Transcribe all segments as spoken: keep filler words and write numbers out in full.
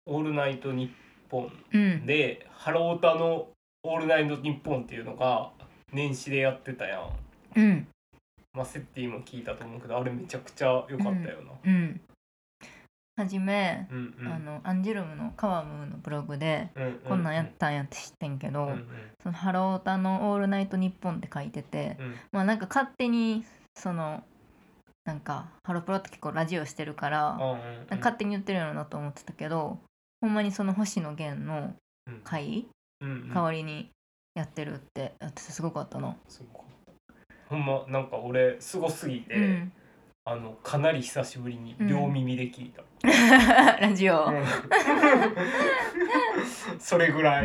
オールナイトニッポうンんで、ハロータのオールナイトニッポンっていうのが年始でやってたやん。 うんまあセッティも聞いたと思うけど、あれめちゃくちゃ良かったよな。 うんはじめ、 うんうん、 あのアンジュルムのカワムーのブログで、 うんうんうん、 こんなんやったんやって知ってんけど、 うんうん、 そのハロータのオールナイトニッポンって書いてて、 うん、 まあなんか勝手にそのなんかハロプロって結構ラジオしてるから、 うんうんうん、 なんか勝手に言ってるよなと思ってたけど、ほんまにその星野源の回、 うんうん、 代わりにやってるってやっててすごかったな。 すごかった。ほんまなんか俺すごすぎて、うん、あのかなり久しぶりに両耳で聞いた、 うん、ラジオ、うん、 それぐらい、 うん、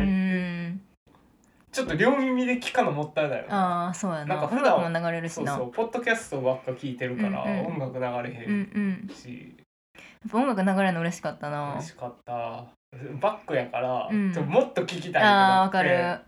ちょっと両耳で聞かのもったいないよな。 ああそうやな、 なんか普段音楽も流れるしな。 そうそうポッドキャストばっか聞いてるから、うんうん、音楽流れへんし、うんうん、 やっぱ音楽流れるの嬉しかったな。 嬉しかった。バックやから、うん、ちょもっと聞きたいってなって。 あーわかる。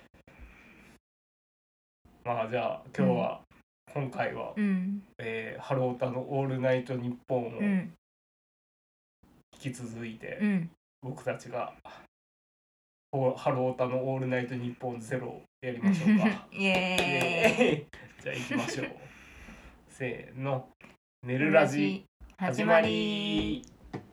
まあじゃあ今日は、うん、今回は、うんえー、ハロータのオールナイトニッポンを引き続いて、うん、僕たちがハロータのオールナイトニッポンゼロやりましょうか。 イエーイじゃあ行きましょう。せーの、寝るラジ始まり。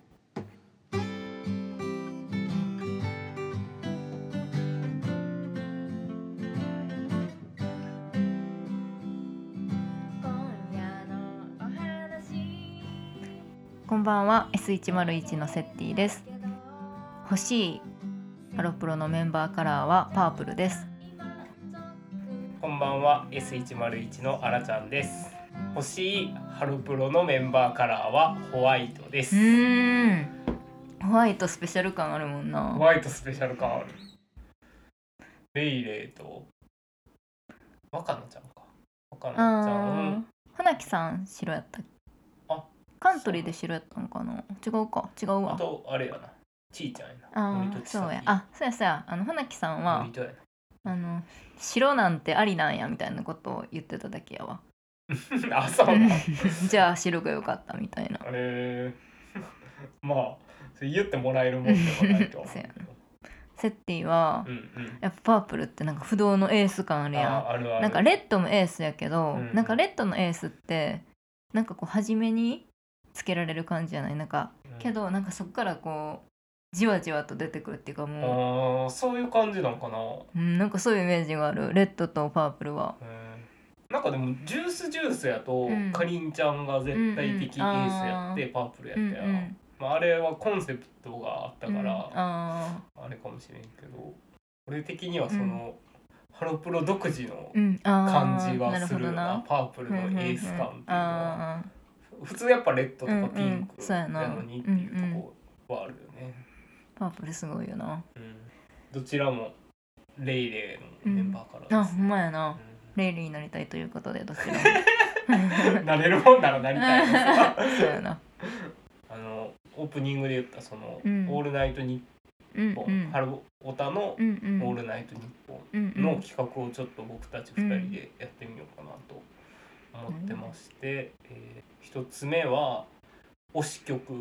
こんばんは エスひゃくいち のセッティです。欲しいハロプロのメンバーカラーはパープルです。 こんばんは エスひゃくいち のあらちゃんです。欲しいハロプロのメンバーカラーはホワイトです。 うーん、ホワイトスペシャル感あるもんな。 ホワイトスペシャル感ある。レイレイと若菜ちゃんか。若菜ちゃん。 船木さん白やったっけ。あ、カントリーで白やったのかな。違うか、違うわ。 あとあれやな、ちーちゃんやな。ああ、そうや。あ、そうやそうや。あの船木さんはあの白なんてありなんやみたいなことを言ってただけやわ。 あ、そうなじゃあ白が良かったみたいな。 あれまあ言ってもらえるもんでもないとは思うけどセッティは、うんうん、やっぱパープルってなんか不動のエース感あるやん。ああるある。なんかレッドもエースやけど、うんうん、なんかレッドのエースってなんかこう初めにつけられる感じじゃない。なんか、うん、けどなんかそっからこうじわじわと出てくるっていうか、もうあそういう感じなんかな、 うん、なんかそういうイメージがあるレッドとパープルは。 なんかでもジュースジュースやと、うん、かりんちゃんが絶対的エースやって、うんうん、パープルやったや、うんうんまあ、あれはコンセプトがあったから、うん、あ, あれかもしれんけど、俺的にはその、うん、ハロプロ独自の感じはするよな、うん、パープルのエース感っていうのは、うんうん、普通やっぱレッドとかピンクやのにっていうとこはあるよね、うんうん、 パープルすごいよな、 うん、どちらもレイレイのメンバーからです、ね、うん、 あ、ほんまやな、うん、レイレイになりたいということでどちらもなれるもんならなりたいそうやな。 あのオープニングで言ったその、うん、オールナイトニッポン、うんうん、ハロオタのオールナイトニッポンの企画をちょっと僕たちふたりでやってみようかなと思ってまして、うんえー、ひとつめは推し曲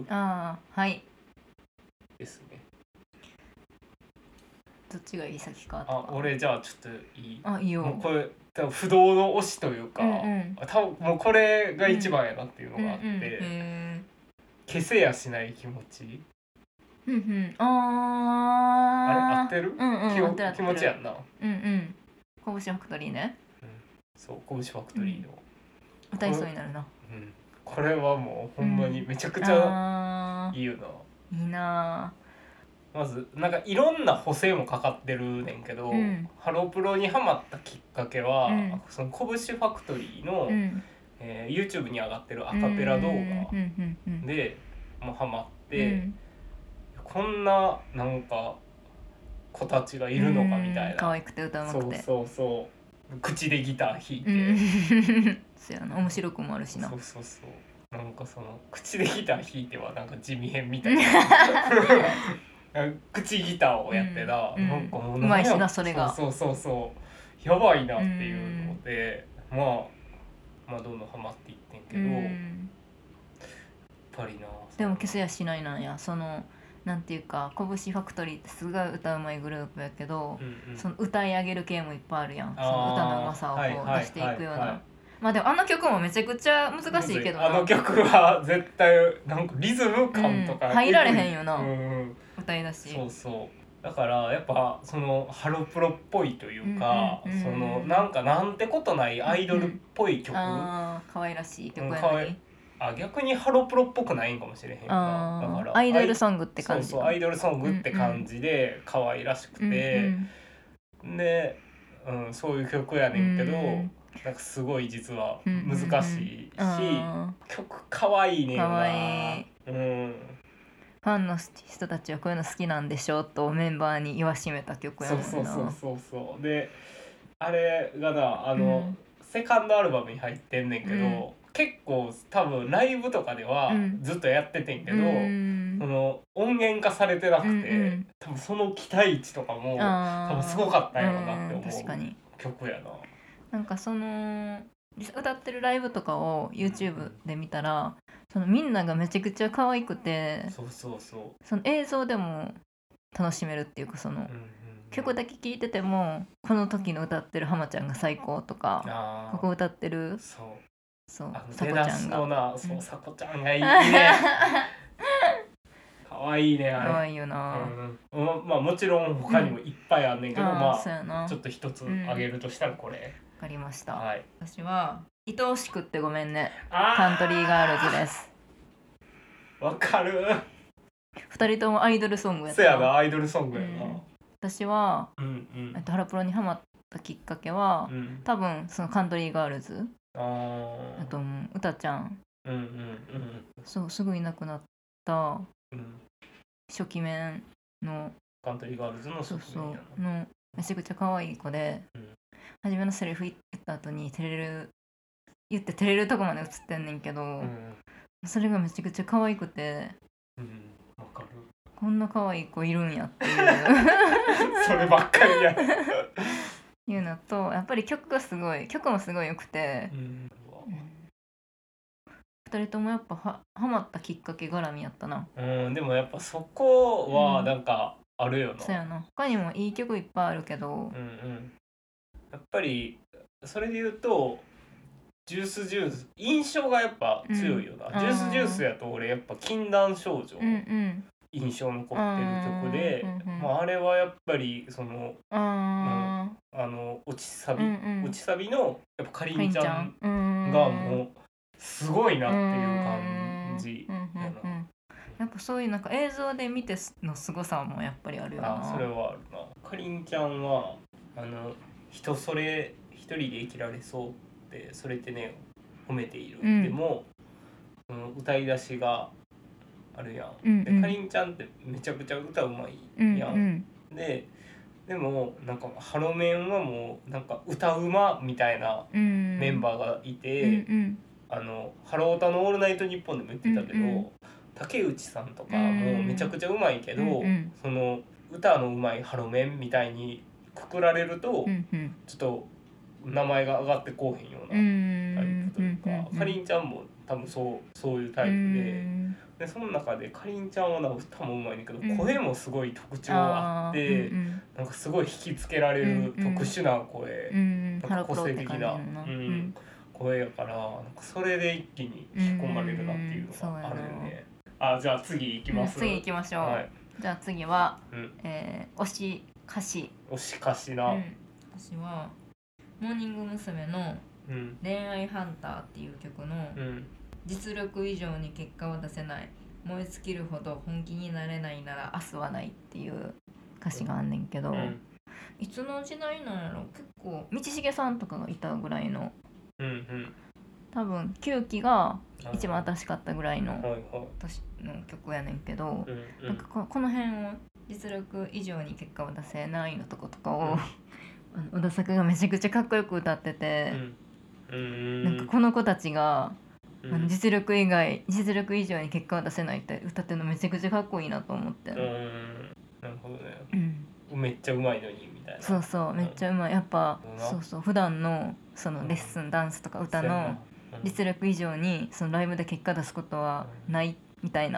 ですね。 どっちがいい先かとか。あ、俺じゃあちょっといい？ あ、いいよ。 もうこれ多分不動の推しというか、うんうん、多分もうこれが一番やなっていうのがあって、うんうん、消せやしない気持ち。 うんうん、ああれ合ってる？ うんうん、 気合ってる合ってる。 気持ちやんな。 うんうん。拳ファクトリーね。 うん、そう拳ファクトリーの、 うん、歌いそうになるな。 うん。これはもうほんまにめちゃくちゃいいよな。 うん、いいな。 まずなんかいろんな補正もかかってるねんけど、うん、ハロプロにハマったきっかけは、うん、その拳ファクトリーの、うんえー、YouTube に上がってるアカペラ動画でもうハマって、うん、こんななんか子たちがいるのかみたいな、 可愛くて歌うまくて、 そうそうそう口でギター弾いて、 うん、そうやな、面白くもあるしな。 そうそうそうなんかその口でギター弾いてはなんか地味編みたいな口ギターをやってな、うん、なんかもううまいしなそれが。 そうそうそうそうやばいなっていうので、うん、まあまあどんどんハマっていってんけど、うん、やっぱりな。 でも消せやしないなんや。そのなんていうかこぶしファクトリーってすごい歌うまいグループやけど、 うんうん、 その歌い上げる系もいっぱいあるやん。その歌のうまさをこう出していくような、はいはいはいはい、 まあでもあの曲もめちゃくちゃ難しいけどな。 あの曲は絶対なんかリズム感とか、 うん、入られへんよな、うん、歌いだし。 そうそうだからやっぱそのハロプロっぽいというか、うんうんうん、そのなんかなんてことないアイドルっぽい曲、うんうん、 あ可愛らしい曲やのに、あ逆にハロプロっぽくないんかもしれへんな。だからアイドルソングって感じ。 そうそうアイドルソングって感じで可愛らしくて、うんうん、で、うん、そういう曲やねんけど、うん、なんかすごい実は難しいし、うんうん、曲可愛いねんな。可愛い、うん、 ファンの人たちはこういうの好きなんでしょとメンバーに言わしめた曲やもんな。 そうそうそうそうそうであれがなあの、うん、セカンドアルバムに入ってんねんけど、うん、結構多分ライブとかではずっとやっててんけど、うん、その音源化されてなくて、うんうん、多分その期待値とかも多分すごかったんやろなって思う、うん、確かに曲やな。 なんかその歌ってるライブとかを YouTube で見たら、そのみんながめちゃくちゃ可愛くて、 そうそうそうその映像でも楽しめるっていうか、その、うんうんうん、曲だけ聴いててもこの時の歌ってる浜ちゃんが最高とか、ここ歌ってるそうそうさこちゃんがな、そうさこちゃんがいいね可愛いねあれ。 可愛いよな、 うん、まあもちろん他にもいっぱいあんねんけど、うん、まあちょっと一つあげるとしたらこれ、 うんわかりました、 はい、 私は愛おしくってごめんねカントリーガールズです。 わかる。 ふたりともアイドルソングやった。 せやなアイドルソングやな、うん、 私は、うんうん、ハロプロにハマったきっかけは、うん、多分そのカントリーガールズ、ああと歌ちゃん、うんうんうん、そうすぐいなくなった、うん、初期面のカントリーガールズの初期面やな、そうそうのめちゃくちゃ可愛い子で、うん、初めのセリフ言った後に照れる言って照れるとこまで映ってんねんけど、うん、それがめちゃくちゃ可愛くて、 うん、わかる。 こんな可愛い子いるんやっていうそればっかりやいうのと、やっぱり曲がすごい曲もすごい良くて、うんうん、ふたりともやっぱはハマったきっかけ絡みやったな。 うんでもやっぱそこはなんかあるよな、うん、 そうやな。他にもいい曲いっぱいあるけど、うんうん、 やっぱりそれで言うとジュースジュース印象がやっぱ強いよな、うん、ジュースジュースやと俺やっぱ禁断症状、うんうん印象残ってる曲で、うんうんまあ、あれはやっぱりその、うん、あの落ちサビ、うんうん、落ちサビのやっぱかりんちゃんがもうすごいなっていう感じ、うんうんうん、 やっぱそういうなんか映像で見てのすごさもやっぱりあるよな。 あそれはあるな。かりんちゃんはあの人それ一人で生きられそうってそれってね褒めている、うん、でもその歌い出しがあるやん、うんうん、でかりんちゃんってめちゃくちゃ歌うまいやん、うんうん、ででもなんかハロメンはもうなんか歌うまみたいなメンバーがいて、うんうん、あのハロータのオールナイトニッポンでも言ってたけど、うんうん、竹内さんとかもめちゃくちゃうまいけど、うんうん、その歌のうまいハロメンみたいにくくられると、うんうん、ちょっと名前が上がってこうへんようなタイプというか、うんうん、かりんちゃんも多分そうそういうタイプで、うん、でその中でかりんちゃんは歌もうまいんだけど、うん、声もすごい特徴あって、うん、なんかすごい引きつけられる特殊な声、うん、なんか個性的な、うん、声やからなんかそれで一気に引き込まれるなっていうのがあるよね。あじゃあ次行きます、 次行きましょう、はい、じゃあ次は、うんえー、推し歌詞推し歌詞な、 私はモーニング娘。の恋愛ハンターっていう曲の、うん、実力以上に結果を出せない燃え尽きるほど本気になれないなら明日はないっていう歌詞があんねんけど、うん、いつの時代なんやろ結構道重さんとかがいたぐらいの、うんうん、多分きゅうきが一番新しかったぐらいの年の曲やねんけど、うんうん、なんか こ, この辺を実力以上に結果を出せないのとことかを、うん、小田作がめちゃくちゃかっこよく歌ってて、うん、なんかこの子たちが、うん、あの実力以外実力以上に結果を出せないって歌ってるのめちゃくちゃかっこいいなと思って、うん、 なるほどね、うん、めっちゃうまいのにみたいな。 そうそうめっちゃうまいやっぱ、うん、そうそう普段のそのレッスン、うん、ダンスとか歌の実力以上にそのライブで結果出すことはないみたいな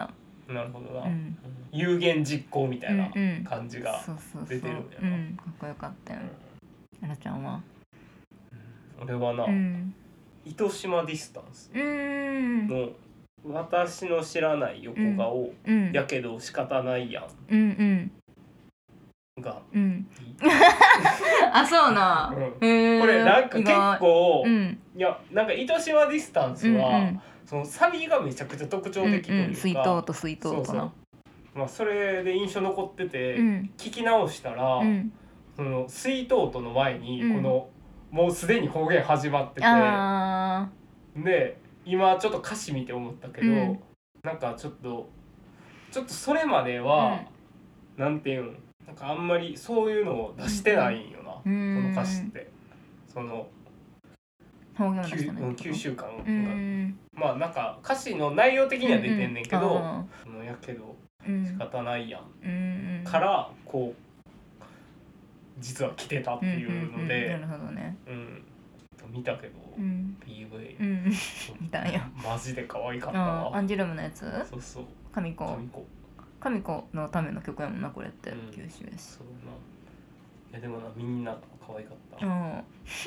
なるほどな、 うん、 有言実行みたいな感じが出てるんやな。 うん、かっこよかったよ。あらちゃんは？ 俺はな、うん、糸島ディスタンスの私の知らない横顔、うん、やけど仕方ないやん、うんうん、が、うん、 あ、そうな、 うん、これなんか結構、うん、いやなんか糸島ディスタンスは、うんうん、そのサビがめちゃくちゃ特徴的というか、うんうん、 水筒と水筒とな、そうそう、 まあ、それで印象残ってて、うん、聞き直したら、うん、その水筒との前にこの、うん、もうすでに方言始まってて、で今ちょっと歌詞見て思ったけど、うん、なんかちょっとちょっとそれまでは、うん、なんていうんなんかあんまりそういうのを出してないんよな、うん、この歌詞ってその方言を出してないきゅうしゅうかんが、うん、まあなんか歌詞の内容的には出てんねんけど、うんうん、そのやけど仕方ないやん、うん、からこう実は来てたっていうので、 うんうんうん、なるほどね、 うん、見たけど、うん、ピーブイ、 うん、見たんやマジで可愛かったわ。 アンジュルムのやつ？ そうそう、 神子神子のための曲やもんなこれって、うん、九州やし。 そうな、いやでもなみんな可愛かった、うん、衣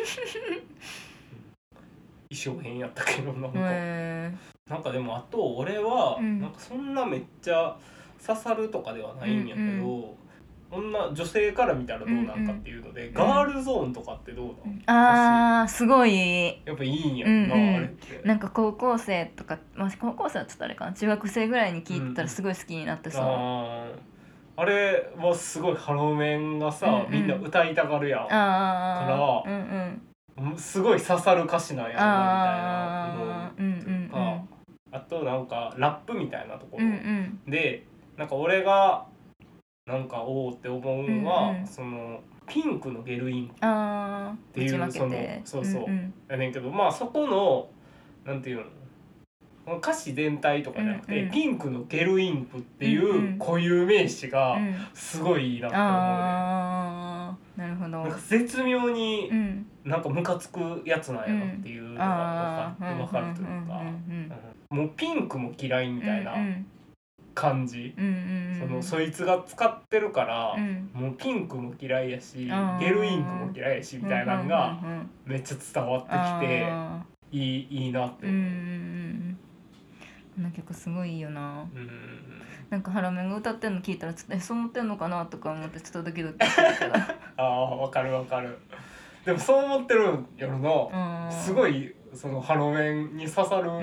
装変やったけどなんか、えー、なんかでもあと俺は、うん、なんかそんなめっちゃ刺さるとかではないんやけど、うんうん、女女性から見たらどうなんかっていうので、うんうん、ガールゾーンとかってどうなの、うん、 あーすごいやっぱいいんやんな、うんうん、あれってなんか高校生とか、まあ、高校生はちょっとあれかな中学生ぐらいに聞いたらすごい好きになってさ、うん、 あ, あれはすごいハロメンがさ、うんうん、みんな歌いたがるやんから、うんうん、すごい刺さる歌詞なんやろなみたいな思うというか、うんうんうん、あとなんかラップみたいなところ、うんうん、でなんか俺がなんかおーって思うのは、うんうん、そのピンクのゲルインっていうそのそうそう、うんうん、やねんけどまあそこのなんていうの歌詞全体とかじゃなくて、うんうん、ピンクのゲルインクっていう固有名詞がすごいいいなって思うね、うん、 あーなるほど、 なんか絶妙になんかムカつくやつなんやなっていうのが分かるというか、もうピンクも嫌いみたいな感じ、うんうんうん、そのそいつが使ってるから、うん、もうピンクも嫌いやしゲルインクも嫌いやしみたいなのがめっちゃ伝わってきていい、いいなって思う、うんうん、 この曲すごいいいよな、うんうん、なんかハラメンが歌ってんの聞いたらちょっとえそう思ってんのかなとか思ってちょっとドキドキするけどああ分かる分かる、でもそう思ってるんやろな、すごいそのハロメンに刺さる、うん、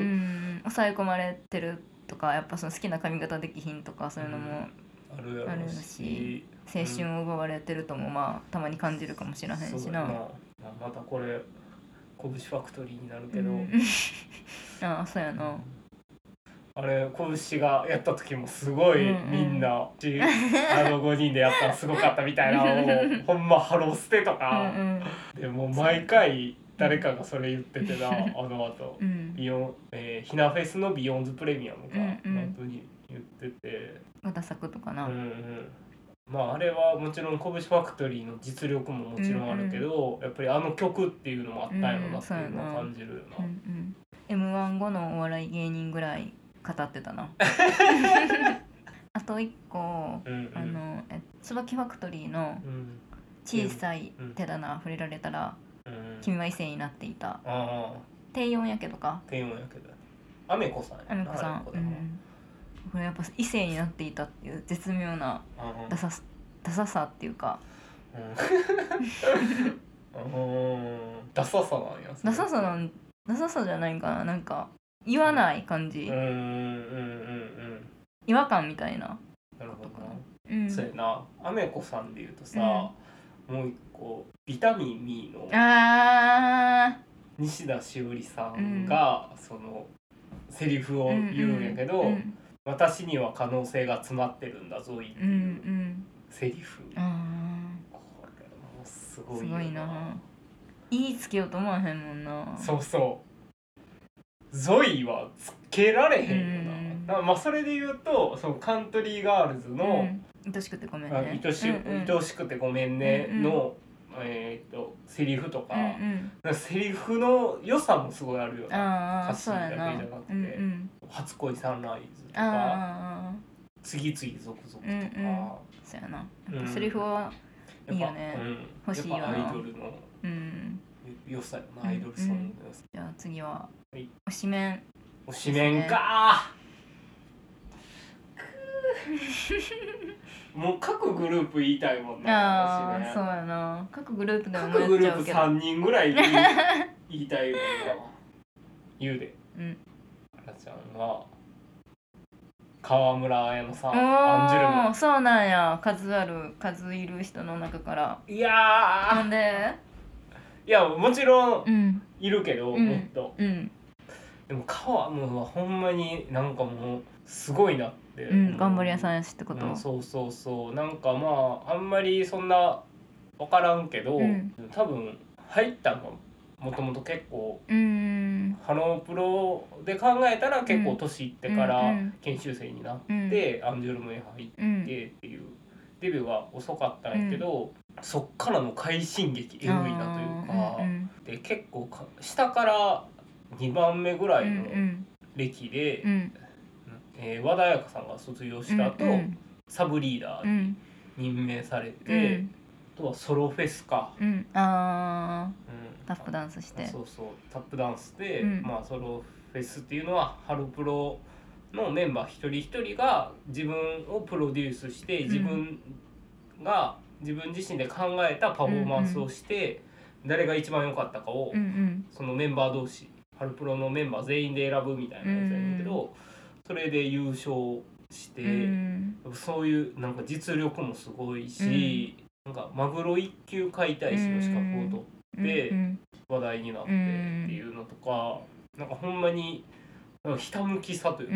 抑え込まれてるとかやっぱその好きな髪型できひんとかそういうのもあるし、青春を奪われてるともまあたまに感じるかもしれへんしな、 まあ、またこれ拳ファクトリーになるけど、うん、 ああそうやな、 あれ拳がやった時もすごいみんな、うんうん、あのごにんでやったらすごかったみたいなのをほんまハロステとか、うんうん、でも毎回誰かがそれ言っててな、あの後、うん、ビヨン、えー、ひなフェスのビヨンズプレミアムか、うんうん、本当に言ってて、 また作とかな、うんうん、 まああれはもちろん拳ファクトリーの実力ももちろんあるけど、うんうん、やっぱりあの曲っていうのもあったんやろなっていうのは感じるよな、うんうん、 エムワン 後のお笑い芸人ぐらい語ってたなあと一個、うんうん、あのえ椿ファクトリーの小さい手棚触れられたら、うん、君は異性になっていた、低音やけどか低音やけどアメコさんやアメコさん、うん、これやっぱ異性になっていたっていう絶妙なダサ、ダサさっていうか、 うん、ダサさなんやダサさなんダサさじゃないんかな、なんか言わない感じ、うんうんうんうん、違和感みたいな。 なるほどな、うん、そうやな、アメコさんで言うとさ、うん、もう一個ビタミン B のあ西田しおりさんが、うん、そのセリフを言うんやけど、うんうん、私には可能性が詰まってるんだぞいっていうセリフ、うんうん、これもすごいよな、すごいな、 言いつけようと思わへんもんな。 そうそう、ゾイはつけられへんよな、うん、まあそれで言うとそのカントリーガールズの、 うん、愛しくてごめんね、 愛し、うんうん、愛しくてごめんねの、うんうん、えー、とセリフとか、うんうん、セリフの良さもすごいあるよな、歌詞だけじゃなくて、うんうん、初恋サンライズとか次々続々とか、うんうん、 そうやな、やっぱセリフはいいよね、うん、欲しいよな、 やっぱアイドルの良さよな、うん、アイドルソングの良さ、 じゃあ次は、はい、推しメン推しメンかもう各グループ言いたいもんな。ああ、そうやな。各グループでも各グループさんにんぐらい言い, 言いたいもんな。言うで。うん。あらちゃんは川村彩乃さん、アンジュルム。 そうなんや。数ある数いる人の中から。 いやー。 なんで？ いやもちろんいるけど、うん、もっと。 うん。うんでも川村はほんまになんかもうすごいなって、 うん、頑張り屋さんやしってこと、 うん、そうそうそうなんかまああんまりそんな分からんけど、うん、多分入ったのもともと結構、うん、ハロープロで考えたら結構年いってから研修生になって、うん、アンジュルムに入ってっていう、デビューが遅かったんやけど、うん、そっからの快進撃エグいなというか、うん、で結構か下からにばんめぐらいの歴で、うんうんえー、和田彩香さんが卒業した後、うんうん、サブリーダーに任命されて、うん、あとはソロフェスか、 うん、あ、うん、タップダンスしてそうそうタップダンスで、うん、まあソロフェスっていうのはハロプロのメンバー一人一人が自分をプロデュースして自分が自分自身で考えたパフォーマンスをして、うんうん、誰が一番良かったかを、うんうん、そのメンバー同士ハロプロのメンバー全員で選ぶみたいなやつやねんけど、うん、それで優勝して、うん、そういうなんか実力もすごいし、うん、なんかマグロ一級解体師の資格を取って話題になってっていうのとか、なんかほんまにひたむきさというか、うん、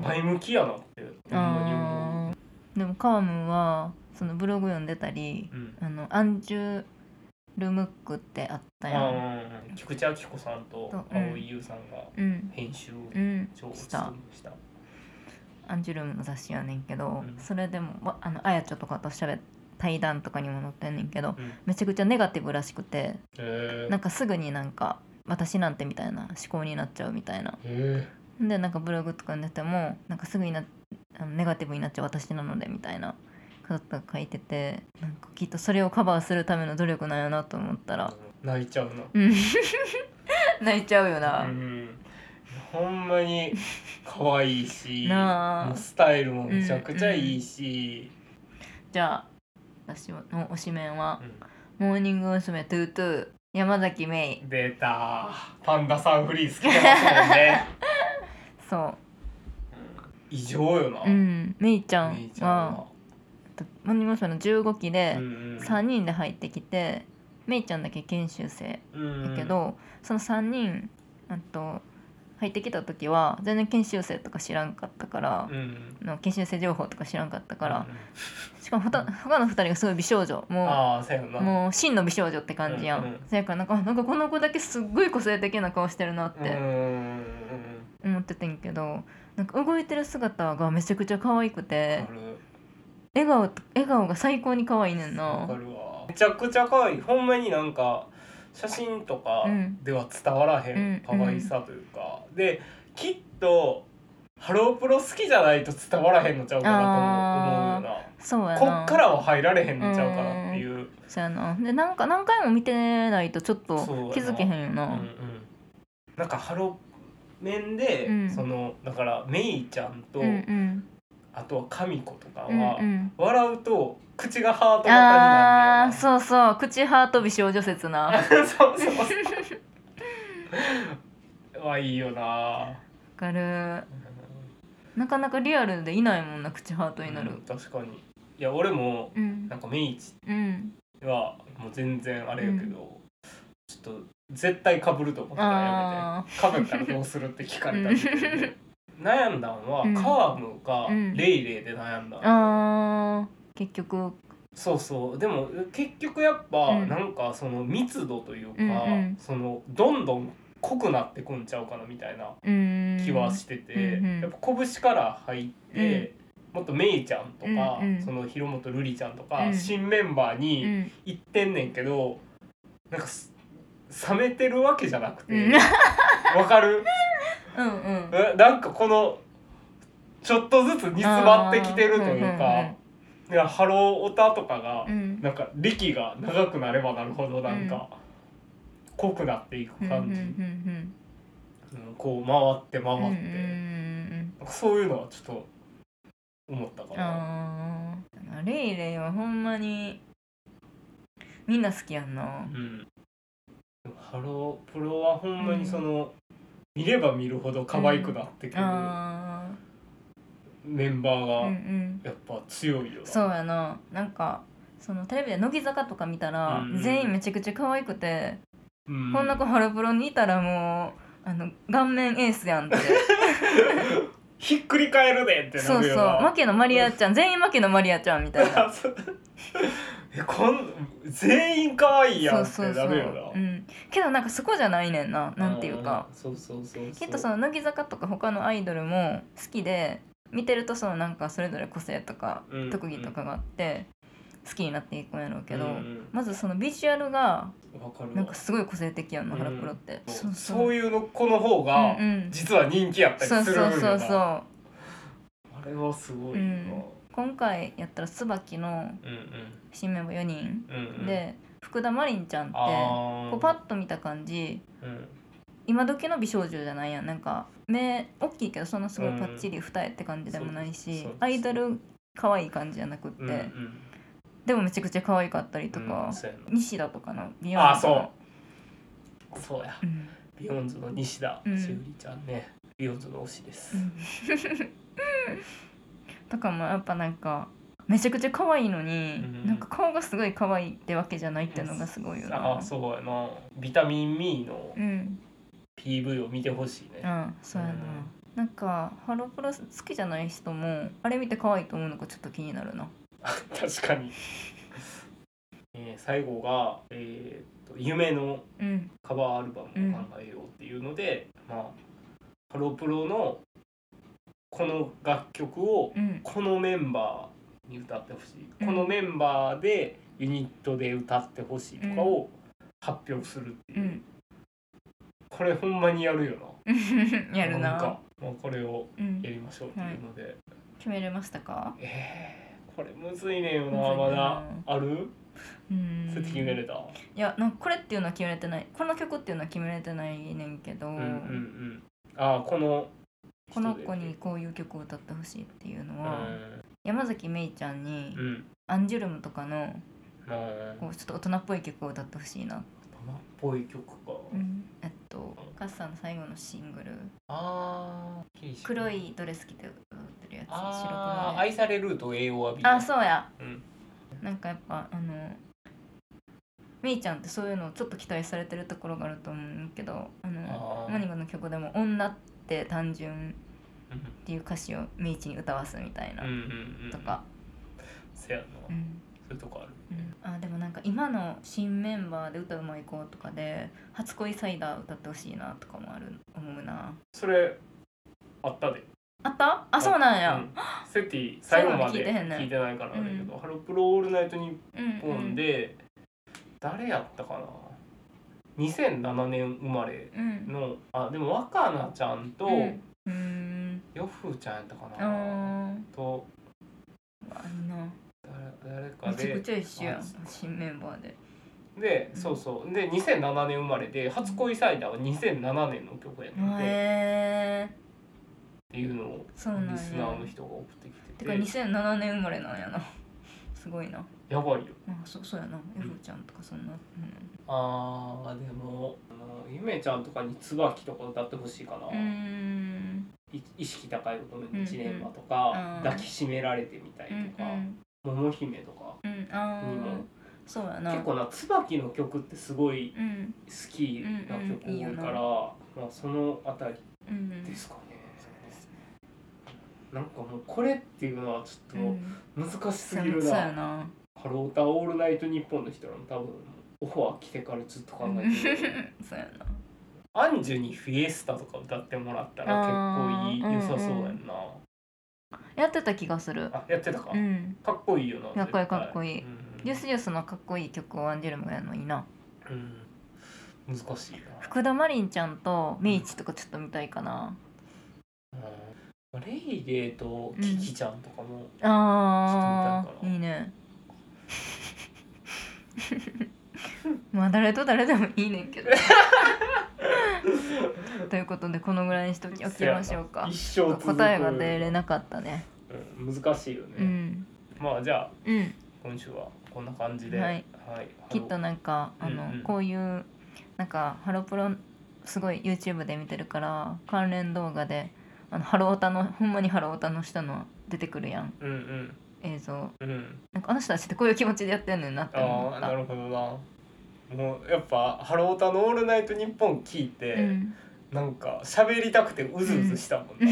前向きやなってほんまに思う。でもカームンはそのブログ読んでたり、うん、あのアンジュルムックってあったやん。 菊池亜希子さんと蒼井優さんが編集長を務めした、うんうん、 アンジュルムの雑誌やねんけど、うん、それでもあのあやちょとかとしゃべ対談とかにも載ってんねんけど、うん、めちゃくちゃネガティブらしくて、なんかすぐになんか私なんてみたいな思考になっちゃうみたいな。でなんかブログとかに出てもなんかすぐになあのネガティブになっちゃう私なのでみたいなことが書いてて、なんかきっとそれをカバーするための努力なんやなと思ったら泣いちゃうな泣いちゃうよな、 うん、ほんまに可愛いしもうスタイルもめちゃくちゃいいし、 うんうん、じゃあ私の推しメンは、うん、モーニング娘。トゥートゥー山崎メイ。 出たパンダさんフリー好きだもんねそう、うん、 異常よな、 うん、メイちゃんはモーニング娘。のじゅうごきでさんにんで入ってきて、メイちゃんだけ研修生やけど、そのさんにんあと入ってきた時は全然研修生とか知らんかったから、の研修生情報とか知らんかったから、しかも他のふたりがすごい美少女、もうもう真の美少女って感じやん。そやからなんかなんかこの子だけすっごい個性的な顔してるなって思っててんけど、なんか動いてる姿がめちゃくちゃ可愛くて、笑顔笑顔が最高に可愛いねんな。 わかるわ。めちゃくちゃ可愛い。ほんまになんか写真とかでは伝わらへん可愛さというか、うん、できっとハロープロ好きじゃないと伝わらへんのちゃうかなと思うよな。 そうやな。 こっからは入られへんのちゃうかなっていう。うん、 そうやな。でなんか何回も見てないとちょっと気づけへんよな。うんうん、 なんかハロメンで、うん、そのだからメイちゃんと、うんうん、あとは神子とかは、うんうん、笑うと口がハート型になるんだよな。 あ、そうそう、口ハート美少女説なそうそうそうはいいよな。わかる。なかなかリアルでいないもんな、口ハートになる、うん、 確かに。いや俺も、うん、なんかメイチはもう全然あれやけど、うん、ちょっと絶対被ると思ったらやめて、被ったらどうするって聞かれた時で悩んだんは、うん、カワムかレイレイで悩んだ、うん、 あ結局そうそう。でも結局やっぱ、うん、なんかその密度というか、うんうん、そのどんどん濃くなってくんちゃうかなみたいな気はしてて、うんうん、やっぱ拳から入って、うん、もっとメイちゃんとか、うんうん、その広本瑠璃ちゃんとか、うん、新メンバーに行ってんねんけど、なんか冷めてるわけじゃなくて、わ、うん、かる？うんうん、なんかこのちょっとずつ煮詰まってきてるというか、いやハローオタとかが、うん、なんか歴が長くなればなるほどなんか、うん、濃くなっていく感じ、うん、こう回って回って、うん、そういうのはちょっと思ったかな。 あレイレイはほんまにみんな好きやんな。うん、 ハロープロはほんまにその、うん、見れば見るほど可愛くなってくる、うん、メンバーがやっぱ強いよな、うんうん、 そうやな。なんかそのテレビで乃木坂とか見たら、うん、全員めちゃくちゃ可愛くて、うん、こんな子ハロプロにいたらもうあの顔面エースやんってひっくり返るでってなるよな。 そうそう、牧野マリアちゃん全員牧野マリアちゃんみたいなえこん全員可愛いやんってなるよな。そうそうそう、 うん、けどなんかそこじゃないねんな。なんていうか、 そうそうそうそう、 きっとその乃木坂とか他のアイドルも好きで見てると、そのなんかそれぞれ個性とか特技とかがあって好きになっていくんやろうけど、うんうん、まずそのビジュアルがなんかすごい個性的やんな、ハロプロって、 うん、そうそう、そういうの子の方が実は人気やったりするんだ、うんうん、そうそうそうそう、あれはすごいな、うん、 今回やったら椿の新メンバーよにん、うんうん、で福田真凜ちゃんってこうパッと見た感じ、うん、今時の美少女じゃないやん。なんか目大きいけどそんなすごいパッチリ二重って感じでもないし、うん、アイドル可愛い感じじゃなくって、うんうん、でもめちゃくちゃ可愛かったりとか、うん、西田とかのビヨンズの、あ、そうそうや、うん、ビヨンズの西田しおりちゃんね、ビヨンズの推しです、うん、 とかもやっぱなんかめちゃくちゃ可愛いのに、うん、なんか顔がすごい可愛いってわけじゃないっていうのがすごいよな。 あ、そうやな。ビタミンミーの ピーブイ を見てほしいね。 うん、そうやな、うん、なんかハロプロ好きじゃない人もあれ見て可愛いと思うのかちょっと気になるな確かに、えー、最後が、えー、と夢のカバーアルバムを考えようっていうので、うん、まあハロプロのこの楽曲をこのメンバーに歌ってほしい、うん、このメンバーでユニットで歌ってほしいとかを発表するっていう、うん、これほんまにやるよなやるな。 なんか、まあ、これをやりましょうっていうので、うん、はい、 決めれましたか？ えー、これむずいねよな。まだある？うん、そうやって決めれた？ いや、なんかこれっていうのは決めれてない、この曲っていうのは決めれてないねんけど、うんうんうん、 あ、このこの子にこういう曲を歌ってほしいっていうのは、うん、山崎めいちゃんに、うん、アンジュルムとかの、うん、こうちょっと大人っぽい曲を歌ってほしいな。大人っぽい曲か、 うん、えっとカッサの最後のシングル、あ黒いドレス着て歌ってるやつ、 あ、愛されると エーオー は B、 あ、そうや、うん、なんかやっぱあのめいちゃんってそういうのをちょっと期待されてるところがあると思うけど、あのマニガの曲でも女って単純っていう歌詞をめいちに歌わすみたいな、うんうんうん、とか、 せやな、うん、そういうとこある、 うん、あでもなんか今の新メンバーで歌うまい子とかで初恋サイダー歌ってほしいなとかもある思うな。 それあったで。 あった？あ、そうなんや、うん、 セティ最後まで聞いてないからあれだけど、うん、ハロプロオールナイトニッポンで、うんうん、誰やったかな、にせんななねん生まれの、うん、あでも若菜ちゃんと、うんうん、ヨフーちゃんやったかなと、 あんな誰かでめちゃくちゃ一緒やん、新メンバーで。 で、うん、そうそうでにせんななねん生まれで初恋サイダーはにせんななねんの曲やってて、へーっていうのをリスナーの人が送ってきてて、 てかにせんななねん生まれなんやなすごいな。 やばいよ。 あ、そうそうやな、ヨフちゃんとかそんな、うん、 あーでもゆめちゃんとかに椿とか歌ってほしいかな。うーん、意識高い乙女のジレンマとか、うんうん、抱きしめられてみたいとか、うんうん、桃姫とかにも、うん、あそうやな、結構な椿の曲ってすごい好きな曲多いから、まあ、そのあたりですかね、うんうん、なんかもうこれっていうのはちょっと難しすぎるな、うん、そうやな。ハロータオールナイトニッポンの人らも多分オファー来てからずっと考えてるそうやな。アンジュにフィエスタとか歌ってもらったら結構いい、良さそうやんな、 うん、やってた気がする。 あ、やってたか、うん、かっこいいよな。 かっこいいかっこいい、うん、ジュースジュースのかっこいい曲をアンジュルムがやるのいいな、 うん、難しいな。 福田真凜ちゃんとメイチとかちょっと見たいかな、 うん、 レイレイとキキちゃんとかも、 うん、ああいいねまあ誰と誰でもいいねんけどということでこのぐらいにしときおきましょうか。 一生答えが出れなかったね、 うん、難しいよね、うん、まあじゃあ、うん、今週はこんな感じで、はいはい、きっとなんかあの、うんうん、こういうなんかハロプロすごい YouTube で見てるから関連動画であのハロオタのほんまにハロオタの人の出てくるやん、うんうん、映像、うん、なんかあの人たちってこういう気持ちでやってんねんなって思った。 あ、なるほどな。もうやっぱハロオタのオールナイトニッポン聞いて、うん、なんか喋りたくてうずうずしたもんな、うん、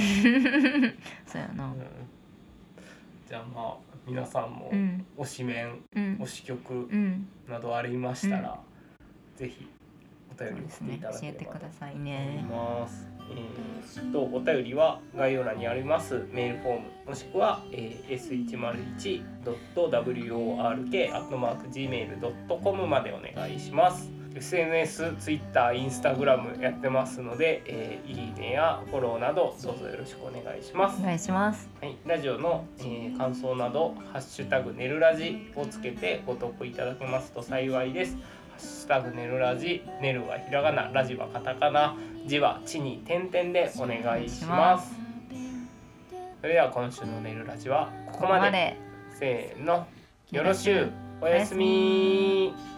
そうやな、うん、 じゃあまあ皆さんも推しメン、うん、推し曲などありましたら、うん、ぜひお便り送っていただければと思います。えー、とお便りは概要欄にありますメールフォームもしくは、えー、エスひゃくいちドットダブリューオーアールケーアットマークジーメールドットコム までお願いします。エスエヌエス、Twitter、Instagram やってますので、えー、いいねやフォローなどどうぞよろしくお願いします。 お願いします。 はい、ラジオの、えー、感想などハッシュタグねるラジをつけてご投稿いただけますと幸いです。ハッシュタグねるラジ、ねるはひらがな、ラジはカタカナ、じは地に点々でお願いします。それでは今週のねるラジはここまで。せーの、よろしゅう、おやすみ。